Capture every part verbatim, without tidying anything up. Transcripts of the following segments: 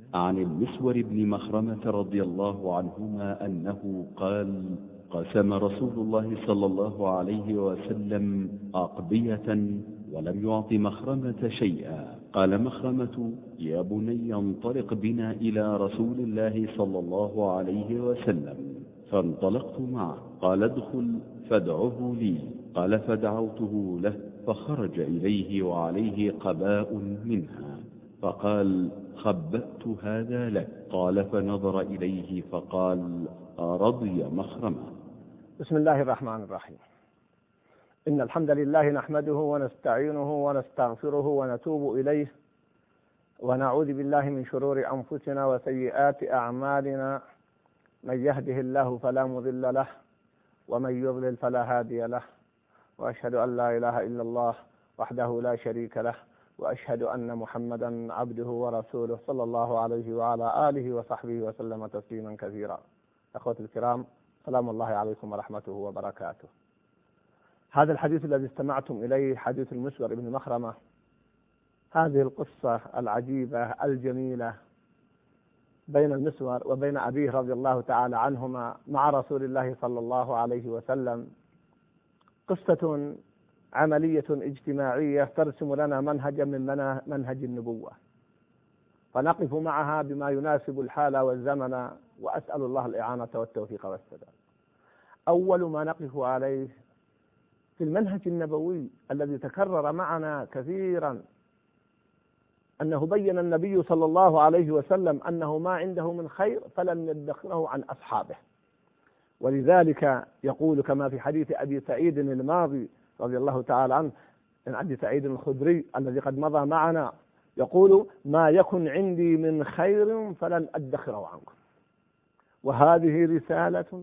عن المسور بن مخرمة رضي الله عنهما أنه قال: قسم رسول الله صلى الله عليه وسلم أقبية ولم يعط مخرمة شيئا. قال مخرمة: يا بني انطلق بنا إلى رسول الله صلى الله عليه وسلم. فانطلقت معه. قال: ادخل فادعه لي. قال: فدعوته له، فخرج إليه وعليه قباء منها، فقال: خبأت هذا لك. قال: فنظر إليه فقال: رضي مخرمة. بسم الله الرحمن الرحيم. إن الحمد لله نحمده ونستعينه ونستغفره ونتوب إليه، ونعوذ بالله من شرور أنفسنا وسيئات أعمالنا. من يهده الله فلا مضل له، ومن يضلل فلا هادي له، وأشهد أن لا إله إلا الله وحده لا شريك له، وأشهد أن محمدا عبده ورسوله صلى الله عليه وعلى آله وصحبه وسلم تسليما كثيرا. أخوتي الكرام، سلام الله عليكم ورحمته وبركاته. هذا الحديث الذي استمعتم إليه حديث المسور بن مخرمة، هذه القصة العجيبة الجميلة بين المسور وبين أبيه رضي الله تعالى عنهما مع رسول الله صلى الله عليه وسلم، قصة عملية اجتماعية ترسم لنا منهجا من منهج النبوة، فنقف معها بما يناسب الحال والزمن، وأسأل الله الإعانة والتوفيق والسداد. أول ما نقف عليه في المنهج النبوي الذي تكرر معنا كثيرا أنه بين النبي صلى الله عليه وسلم أنه ما عنده من خير فلن يدخره عن أصحابه، ولذلك يقول كما في حديث أبي سعيد الماضي رضي الله تعالى عنه عن أبي سعيد الخدري الذي قد مضى معنا، يقول: ما يكن عندي من خير فلن أدخره عنكم. وهذه رسالة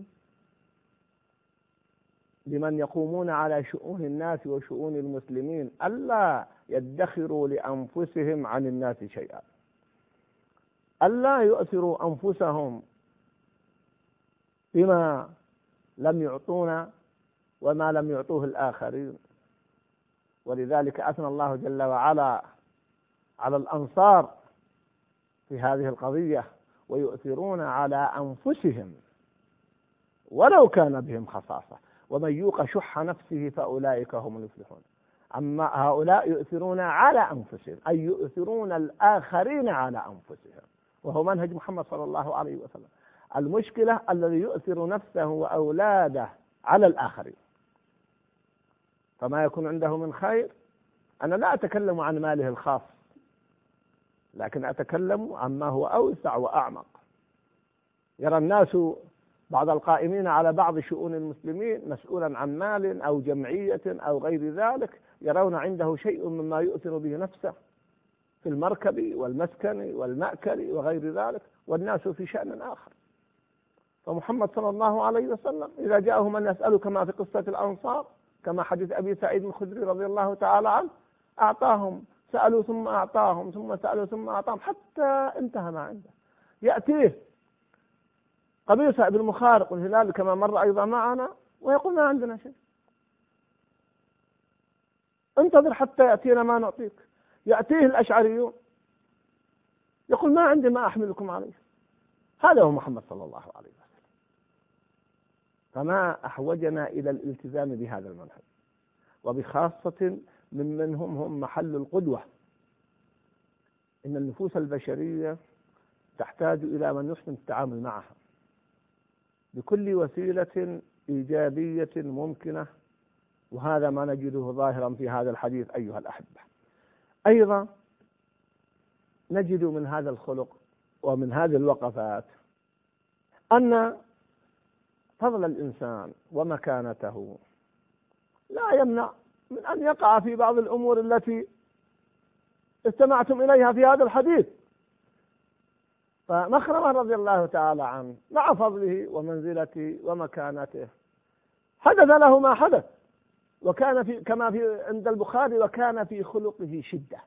لمن يقومون على شؤون الناس وشؤون المسلمين، ألا يدخروا لأنفسهم عن الناس شيئا، ألا يؤثروا أنفسهم بما لم يعطونا وما لم يعطوه الآخرين. ولذلك أثنى الله جل وعلا على الأنصار في هذه القضية: ويؤثرون على أنفسهم ولو كان بهم خصاصة ومن يوق شح نفسه فأولئك هم المفلحون. أما هؤلاء يؤثرون على أنفسهم، أي يؤثرون الآخرين على أنفسهم، وهو منهج محمد صلى الله عليه وسلم. المشكلة الذي يؤثر نفسه وأولاده على الآخرين، فما يكون عنده من خير. أنا لا أتكلم عن ماله الخاص، لكن أتكلم عما هو أوسع وأعمق. يرى الناس بعض القائمين على بعض شؤون المسلمين مسؤولا عن مال أو جمعية أو غير ذلك، يرون عنده شيء مما يؤثر به نفسه في المركب والمسكن والمأكل وغير ذلك، والناس في شأن آخر. فمحمد صلى الله عليه وسلم إذا جاءه من يسأله كما في قصة الأنصار، كما حديث أبي سعيد الخدري رضي الله تعالى عنه، أعطاهم، سألوا ثم أعطاهم، ثم سألوا ثم أعطاهم، حتى انتهى ما عنده. يأتيه قبيصة بن مخارق الهلال كما مر أيضا معنا ويقول: ما عندنا شيء، انتظر حتى يأتينا ما نعطيك. يأتيه الأشعريون يقول: ما عندي ما أحملكم عليه. هذا هو محمد صلى الله عليه وسلم. فما أحوجنا إلى الالتزام بهذا المنهج، وبخاصة ممن هم هم محل القدوة. إن النفوس البشرية تحتاج إلى من يحسن التعامل معها بكل وسيلة إيجابية ممكنة، وهذا ما نجده ظاهرا في هذا الحديث أيها الأحبة. أيضا نجد من هذا الخلق ومن هذه الوقفات أن فضل الإنسان ومكانته لا يمنع من أن يقع في بعض الأمور التي استمعتم إليها في هذا الحديث. فمخرمة رضي الله تعالى عنه مع فضله ومنزلته ومكانته حدث له ما حدث، وكان في كما في عند البخاري: وكان في خلقه شدة.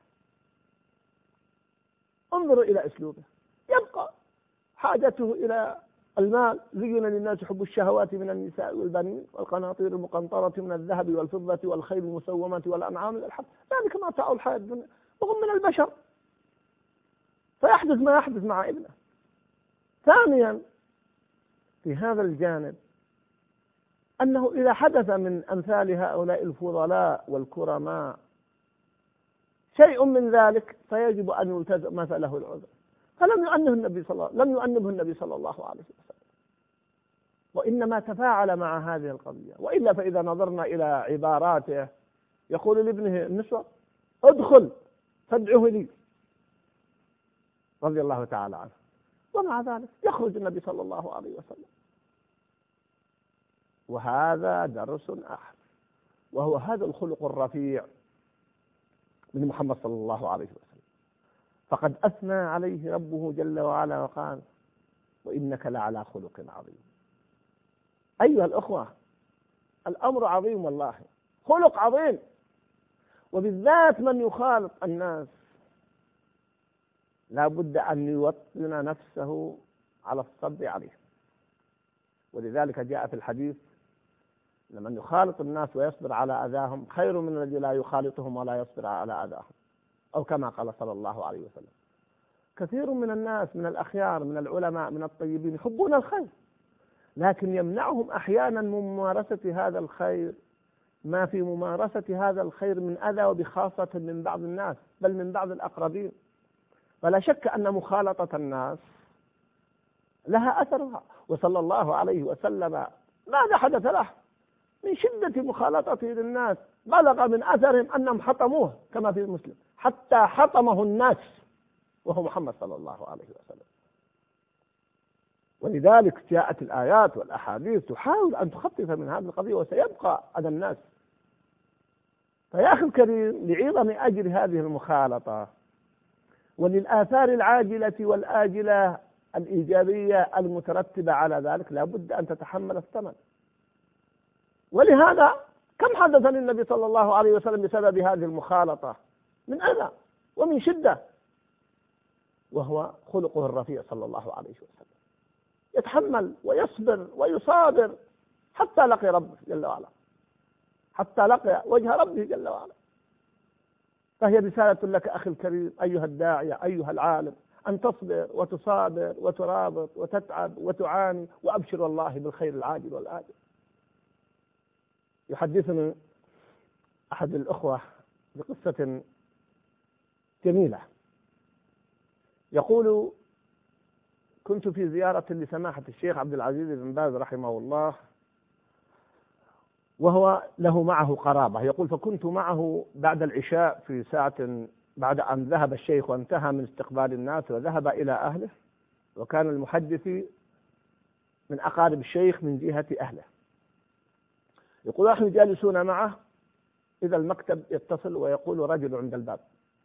انظروا إلى أسلوبه، يبقى حاجته إلى المال. زين للناس حب الشهوات من النساء والبنين والقناطير المقنطرة من الذهب والفضة والخيل المسومة والأنعام والحرث، ذلك متاع الحياة الدنيا، وهم من البشر. فيحدث ما يحدث مع ابنه. ثانيا في هذا الجانب أنه إذا حدث من أمثال هؤلاء الفضلاء والكرماء شيء من ذلك فيجب أن يلتزم مثله العذر، فلم يؤنبه النبي صلى الله لم يؤنبه النبي صلى الله عليه وسلم، وإنما تفاعل مع هذه القضية. وإلا فإذا نظرنا إلى عباراته يقول لابنه النسوة ادخل فادعه لي رضي الله تعالى عنه، ومع ذلك يخرج النبي صلى الله عليه وسلم. وهذا درس آخر، وهو هذا الخلق الرفيع من محمد صلى الله عليه وسلم، فقد أثنى عليه ربه جل وعلا وقال وإنك لعلى خلق عظيم. أيها الأخوة، الأمر عظيم والله، خلق عظيم، وبالذات من يخالط الناس لا بد أن يوطن نفسه على الصبر عليه. ولذلك جاء في الحديث لمن يخالط الناس ويصبر على أذاهم خير من الذي لا يخالطهم ولا يصبر على أذاهم، أو كما قال صلى الله عليه وسلم. كثير من الناس من الأخيار من العلماء من الطيبين يحبون الخير، لكن يمنعهم أحيانا من ممارسة هذا الخير ما في ممارسة هذا الخير من أذى، وبخاصة من بعض الناس بل من بعض الأقربين. فلا شك أن مخالطة الناس لها أثرها، وصلى الله عليه وسلم ماذا حدث له من شدة مخالطته للناس بلغ من أثرهم أنهم حطموه كما في مسلم، حتى حطمه الناس وهو محمد صلى الله عليه وسلم. ولذلك جاءت الآيات والأحاديث تحاول أن تخفف من هذه القضية، وسيبقى أذى الناس. فيا أخي الكريم، لعظم أجر هذه المخالطة وللآثار العاجلة والآجلة الإيجابية المترتبة على ذلك لا بد أن تتحمل الثمن. ولهذا كم حدث للنبي صلى الله عليه وسلم بسبب هذه المخالطة من أذى ومن شدة، وهو خلقه الرفيع صلى الله عليه وسلم، يتحمل ويصبر ويصابر حتى لقي ربه جل وعلا، حتى لقي وجه ربه جل وعلا. فهي رسالة لك أخي الكريم أيها الداعية أيها العالم، أن تصبر وتصابر وترابط وتتعب وتعاني، وأبشر والله بالخير العاجل والآجل. يحدثني أحد الأخوة بقصة جميلة، يقول كنت في زيارة لسماحة الشيخ عبد العزيز بن باز رحمه الله، وهو له معه قرابة. يقول فكنت معه بعد العشاء في ساعة بعد أن ذهب الشيخ وانتهى من استقبال الناس وذهب إلى أهله، وكان المحدث من أقارب الشيخ من جهة أهله. يقول نحن جالسون معه إذا المكتب يتصل ويقول رجل عند الباب،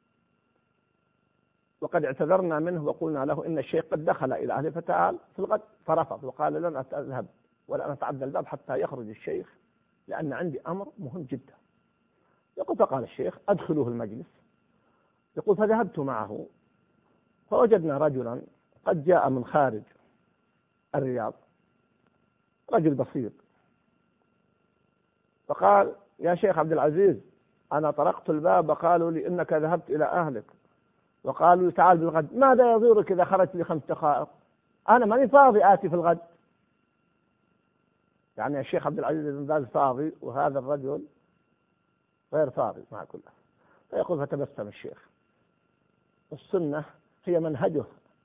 وقد اعتذرنا منه وقلنا له إن الشيخ قد دخل إلى أهله فتعال في الغد، فرفض وقال لن أذهب ولا أتعدى الباب حتى يخرج الشيخ لأن عندي أمر مهم جدا. يقول فقال الشيخ أدخلوه المجلس. يقول فذهبت معه فوجدنا رجلا قد جاء من خارج الرياض، رجل بسيط، فقال يا شيخ عبد العزيز أنا طرقت الباب وقالوا لي إنك ذهبت إلى أهلك، وقالوا لي تعال بالغد، ماذا يضرك إذا خرجت لي خمس دقائق؟ أنا ماني فاضي آتي في الغد. يعني الشيخ عبد العزيز بن باز فاضي وهذا الرجل غير فاضي مع كله. فيقول فتبسم الشيخ، السنة هي منهجه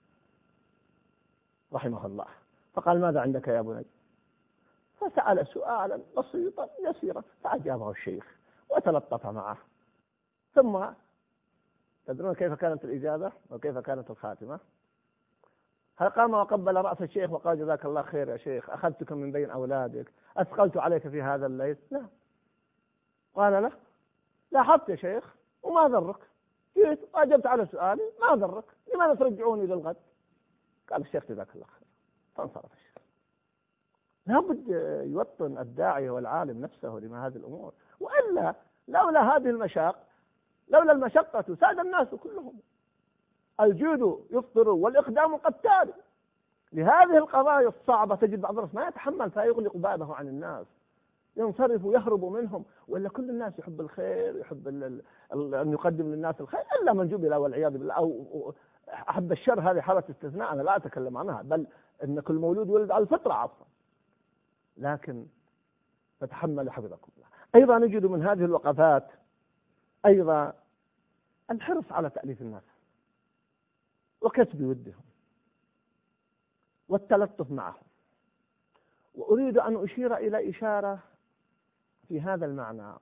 رحمه الله. فقال ماذا عندك يا بني؟ فسأل سؤالا بسيطا يسيرا فأجابه الشيخ وتلطف معه. ثم تدرون كيف كانت الإجابة وكيف كانت الخاتمة؟ هل قام وقبل رأس الشيخ وقال جزاك الله خير يا شيخ، أخذتك من بين أولادك، أثقلت عليك في هذا الليل؟ لا. قال له لاحظت يا شيخ وما ضرك، جيت وأجبت على سؤالي ما ضرك، لماذا ترجعوني للغد؟ قال الشيخ جزاك الله خير، فانصرف الشيخ. لابد يوطن الداعية والعالم نفسه لما هذه الأمور، وإلا لولا هذه المشاق لولا المشقة ساد الناس كلهم. الجود يفطر والإقدام قتال. لهذه القضايا الصعبة تجد بعض الناس ما يتحمل فيغلق بابه عن الناس، ينصرف ويهرب منهم، وإلا كل الناس يحب الخير، يحب ال ال أن يقدم للناس الخير، إلا من جبل والعياذ بالله أو أحب الشر هذه حالة استثناء أنا لا أتكلم عنها، بل أن كل مولود ولد على الفطرة عفوا، لكن فتحمل حفظكم الله. أيضا نجد من هذه الوقفات أيضا الحرص على تأليف الناس وكسب ودهم والتلطف معهم. وأريد أن أشير إلى إشارة في هذا المعنى.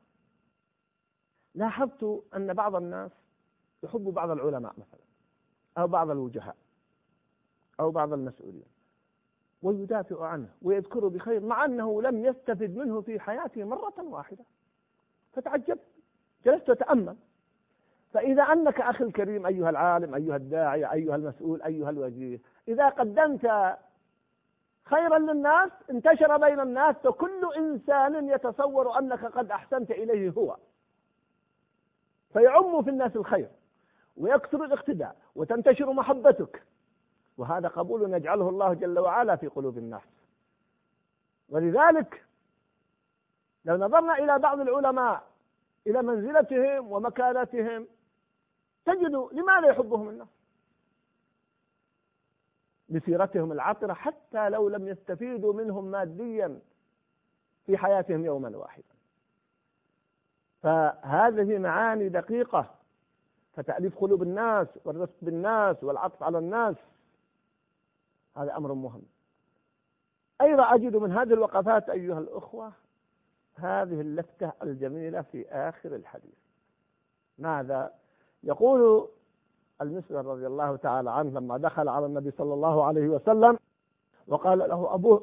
لاحظت أن بعض الناس يحب بعض العلماء مثلا أو بعض الوجهاء أو بعض المسؤولين ويدافع عنه ويذكره بخير مع أنه لم يستفد منه في حياته مرة واحدة. فتعجبت، جلست أتأمل، فإذا أنك أخي الكريم أيها العالم أيها الداعية أيها المسؤول أيها الوجيه، إذا قدمت خيرا للناس انتشر بين الناس، فكل إنسان يتصور أنك قد أحسنت إليه هو، فيعم في الناس الخير ويكثر الاقتداء وتنتشر محبتك، وهذا قبول يجعله الله جل وعلا في قلوب الناس. ولذلك لو نظرنا إلى بعض العلماء إلى منزلتهم ومكانتهم تجد لماذا يحبهم الناس؟ بسيرتهم العطرة حتى لو لم يستفيدوا منهم ماديا في حياتهم يوما واحدا. فهذه معاني دقيقة، فتأليف قلوب الناس والرفق بالناس والعطف على الناس هذا أمر مهم. أيضا أجد من هذه الوقفات أيها الأخوة هذه اللفتة الجميلة في آخر الحديث. ماذا يقول المسور رضي الله تعالى عنه لما دخل على النبي صلى الله عليه وسلم وقال له أبوه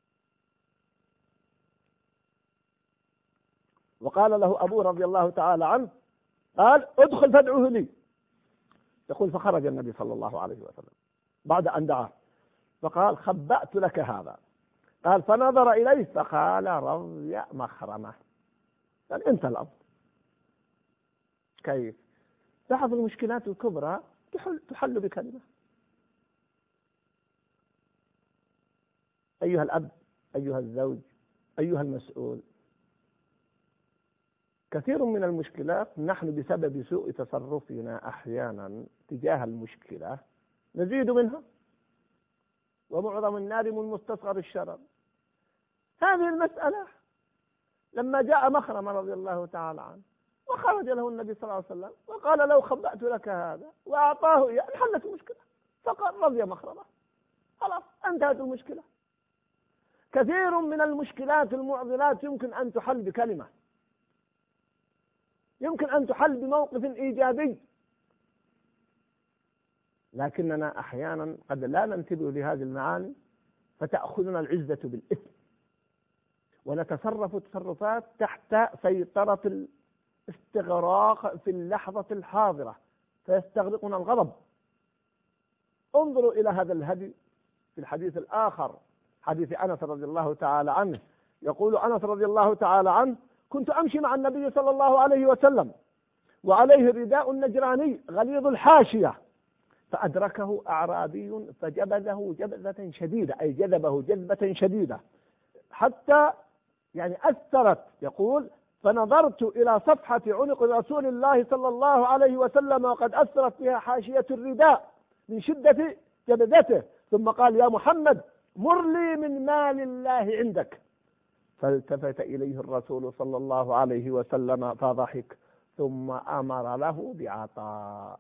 وقال له أبوه رضي الله تعالى عنه قال ادخل فادعوه لي. يقول فخرج النبي صلى الله عليه وسلم بعد أن دعاه فقال خبأت لك هذا. قال فنظر إليه فقال رضي مخرمة، قال أنت الأب. كيف؟ لاحظ المشكلات الكبرى تحل, تحل بكلمة. أيها الأب أيها الزوج أيها المسؤول، كثير من المشكلات نحن بسبب سوء تصرفنا أحيانا تجاه المشكلة نزيد منها، ومعظم النادم مستصغر الشرر. هذه المسألة لما جاء مخرمة رضي الله تعالى عنه وخرج له النبي صلى الله عليه وسلم وقال لو خبأت لك هذا وأعطاه إياه انحلت المشكلة، فقال رضي مخرمة، خلاص انتهت المشكلة. كثير من المشكلات المعضلات يمكن أن تحل بكلمة، يمكن أن تحل بموقف إيجابي، لكننا أحيانا قد لا ننتبه لهذه المعاني فتأخذنا العزة بالإثم ونتصرف تصرفات تحت سيطرة الاستغراق في اللحظة الحاضرة فيستغرقنا الغضب. انظروا إلى هذا الهدي في الحديث الآخر، حديث أنس رضي الله تعالى عنه. يقول أنس رضي الله تعالى عنه كنت أمشي مع النبي صلى الله عليه وسلم وعليه رداء نجراني غليظ الحاشية، فأدركه أعرابي فجبذه جبذة شديدة، أي جذبه جذبة شديدة حتى يعني أثرت. يقول فنظرت إلى صفحة عنق رسول الله صلى الله عليه وسلم وقد أثرت بها حاشية الرداء من شدة جبذته، ثم قال يا محمد مر لي من مال الله عندك. فالتفت إليه الرسول صلى الله عليه وسلم فضحك ثم أمر له بعطاء.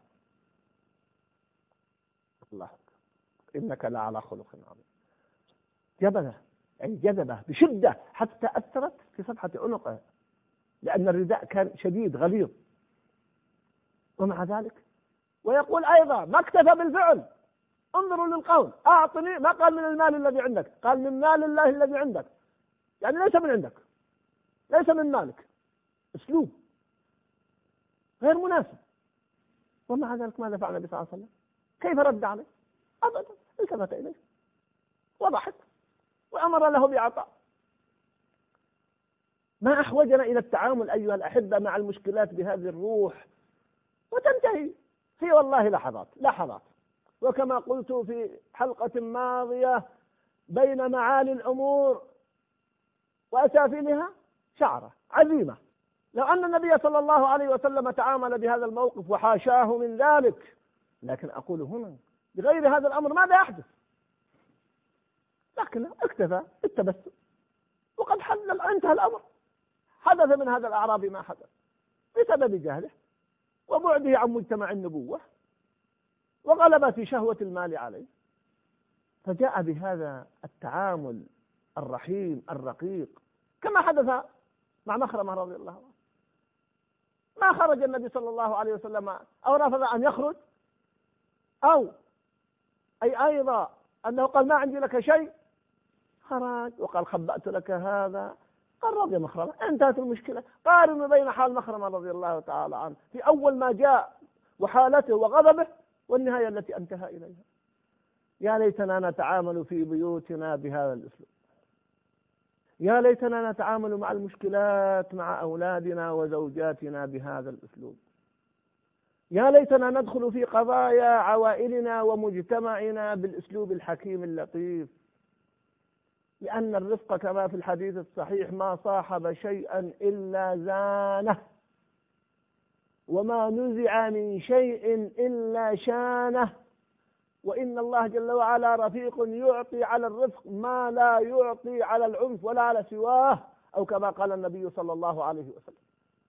الله إنك لعلى خلق عظيم. جبله أي جذبه بشدة حتى أثرت في صفحة عنقه، لأن الرداء كان شديد غليظ. ومع ذلك ويقول أيضا ما اكتفى بالفعل، انظروا للقول أعطني، ما قال من المال الذي عندك، قال من مال الله الذي عندك، يعني ليس من عندك ليس من مالك. أسلوب غير مناسب. ومع ذلك ماذا فعل النبي صلى الله عليه وسلم؟ كيف رد عليه؟ أبدا، التفت إليه وضحك وأمر له بعطاء. ما أحوجنا إلى التعامل أيها الأحبة مع المشكلات بهذه الروح وتنتهي في والله لحظات لحظات. وكما قلت في حلقة ماضية بين معالي الأمور وأسافلها شعرة عزيمة. لو أن النبي صلى الله عليه وسلم تعامل بهذا الموقف وحاشاه من ذلك لكن أقول هنا بغير هذا الأمر ماذا يحدث؟ لكن اكتفى بالتبسم وقد حل انتهى الأمر. حدث من هذا الأعرابي ما حدث بسبب جهله وبعده عن مجتمع النبوة وغلبة شهوة المال عليه، فجاء بهذا التعامل الرحيم الرقيق كما حدث مع مخرمة رضي الله عنه. ما خرج النبي صلى الله عليه وسلم أو رفض أن يخرج، أو أي أيضا أنه قال ما عندي لك شيء، خرج وقال خبأت لك هذا، قال رضي مخرمة، انتهت المشكلة. قارن بين حال مخرمة رضي الله تعالى عنه في أول ما جاء وحالته وغضبه والنهاية التي انتهى إليها. يا ليتنا نتعامل في بيوتنا بهذا الأسلوب، يا ليتنا نتعامل مع المشكلات مع أولادنا وزوجاتنا بهذا الأسلوب، يا ليتنا ندخل في قضايا عوائلنا ومجتمعنا بالأسلوب الحكيم اللطيف، لأن الرفق كما في الحديث الصحيح ما صاحب شيئا إلا زانه، وما نزع من شيء إلا شانه، وإن الله جل وعلا رفيق يعطي على الرفق ما لا يعطي على العنف ولا على سواه، أو كما قال النبي صلى الله عليه وسلم.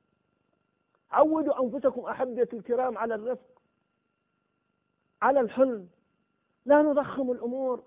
عودوا أنفسكم أحبتي الكرام على الرفق، على الحلم، لا نضخم الأمور.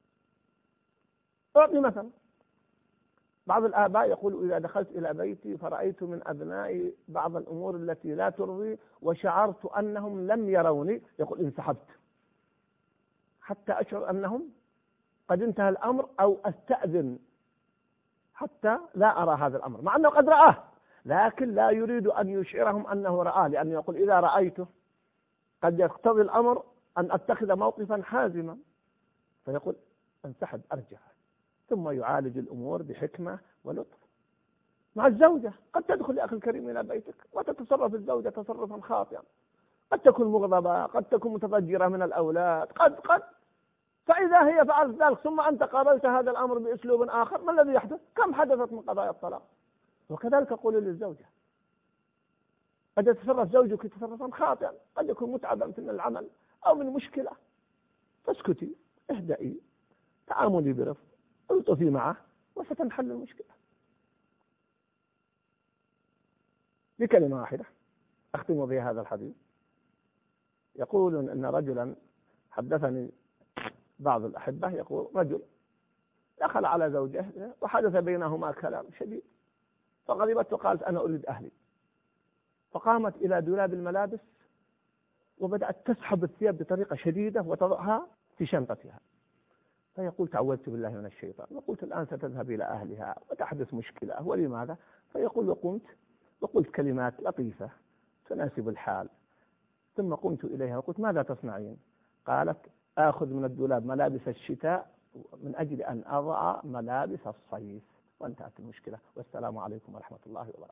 أعطي مثلا، بعض الآباء يقول إذا دخلت إلى بيتي فرأيت من أبنائي بعض الأمور التي لا ترضي وشعرت أنهم لم يروني، يقول انسحبت حتى أشعر أنهم قد انتهى الأمر، أو أستأذن حتى لا أرى هذا الأمر، مع أنه قد رآه لكن لا يريد أن يشعرهم أنه رآه، لأنه يقول إذا رأيته قد يقتضي الأمر أن أتخذ موقفا حازما، فيقول انسحب أرجع، ثم يعالج الأمور بحكمة ولطف. مع الزوجة قد تدخل يا أخي الكريم إلى بيتك وتتصرف الزوجة تصرفا خاطئا، قد تكون مغضبة، قد تكون متضجرة من الأولاد، قد قد فإذا هي فعلت ذلك ثم أنت قابلت هذا الأمر بأسلوب آخر، ما الذي يحدث؟ كم حدثت من قضايا الطلاق. وكذلك أقول للزوجة، قد يتصرف زوجك تصرفا خاطئا، قد يكون متعبا من العمل أو من مشكلة، فاسكتي، اهدئي، تعاملي برفق، الطفي معه وستنحل المشكلة. بكلمة واحدة أختم بها هذا الحديث. يقول أن رجلا حدثني بعض الأحبة، يقول رجل دخل على زوجه وحدث بينهما كلام شديد، فغضبت وقالت أنا أريد أهلي، فقامت إلى دولاب الملابس وبدأت تسحب الثياب بطريقة شديدة وتضعها في شنطتها، فيقول تعوذت بالله من الشيطان، وقلت الآن ستذهب إلى أهلها وتحدث مشكلة، ولماذا؟ فيقول وقمت وقلت كلمات لطيفة تناسب الحال، ثم قمت إليها وقلت ماذا تصنعين؟ قالت آخذ من الدولاب ملابس الشتاء من أجل أن أضع ملابس الصيف، وانتهت المشكلة، والسلام عليكم ورحمة الله وبركاته.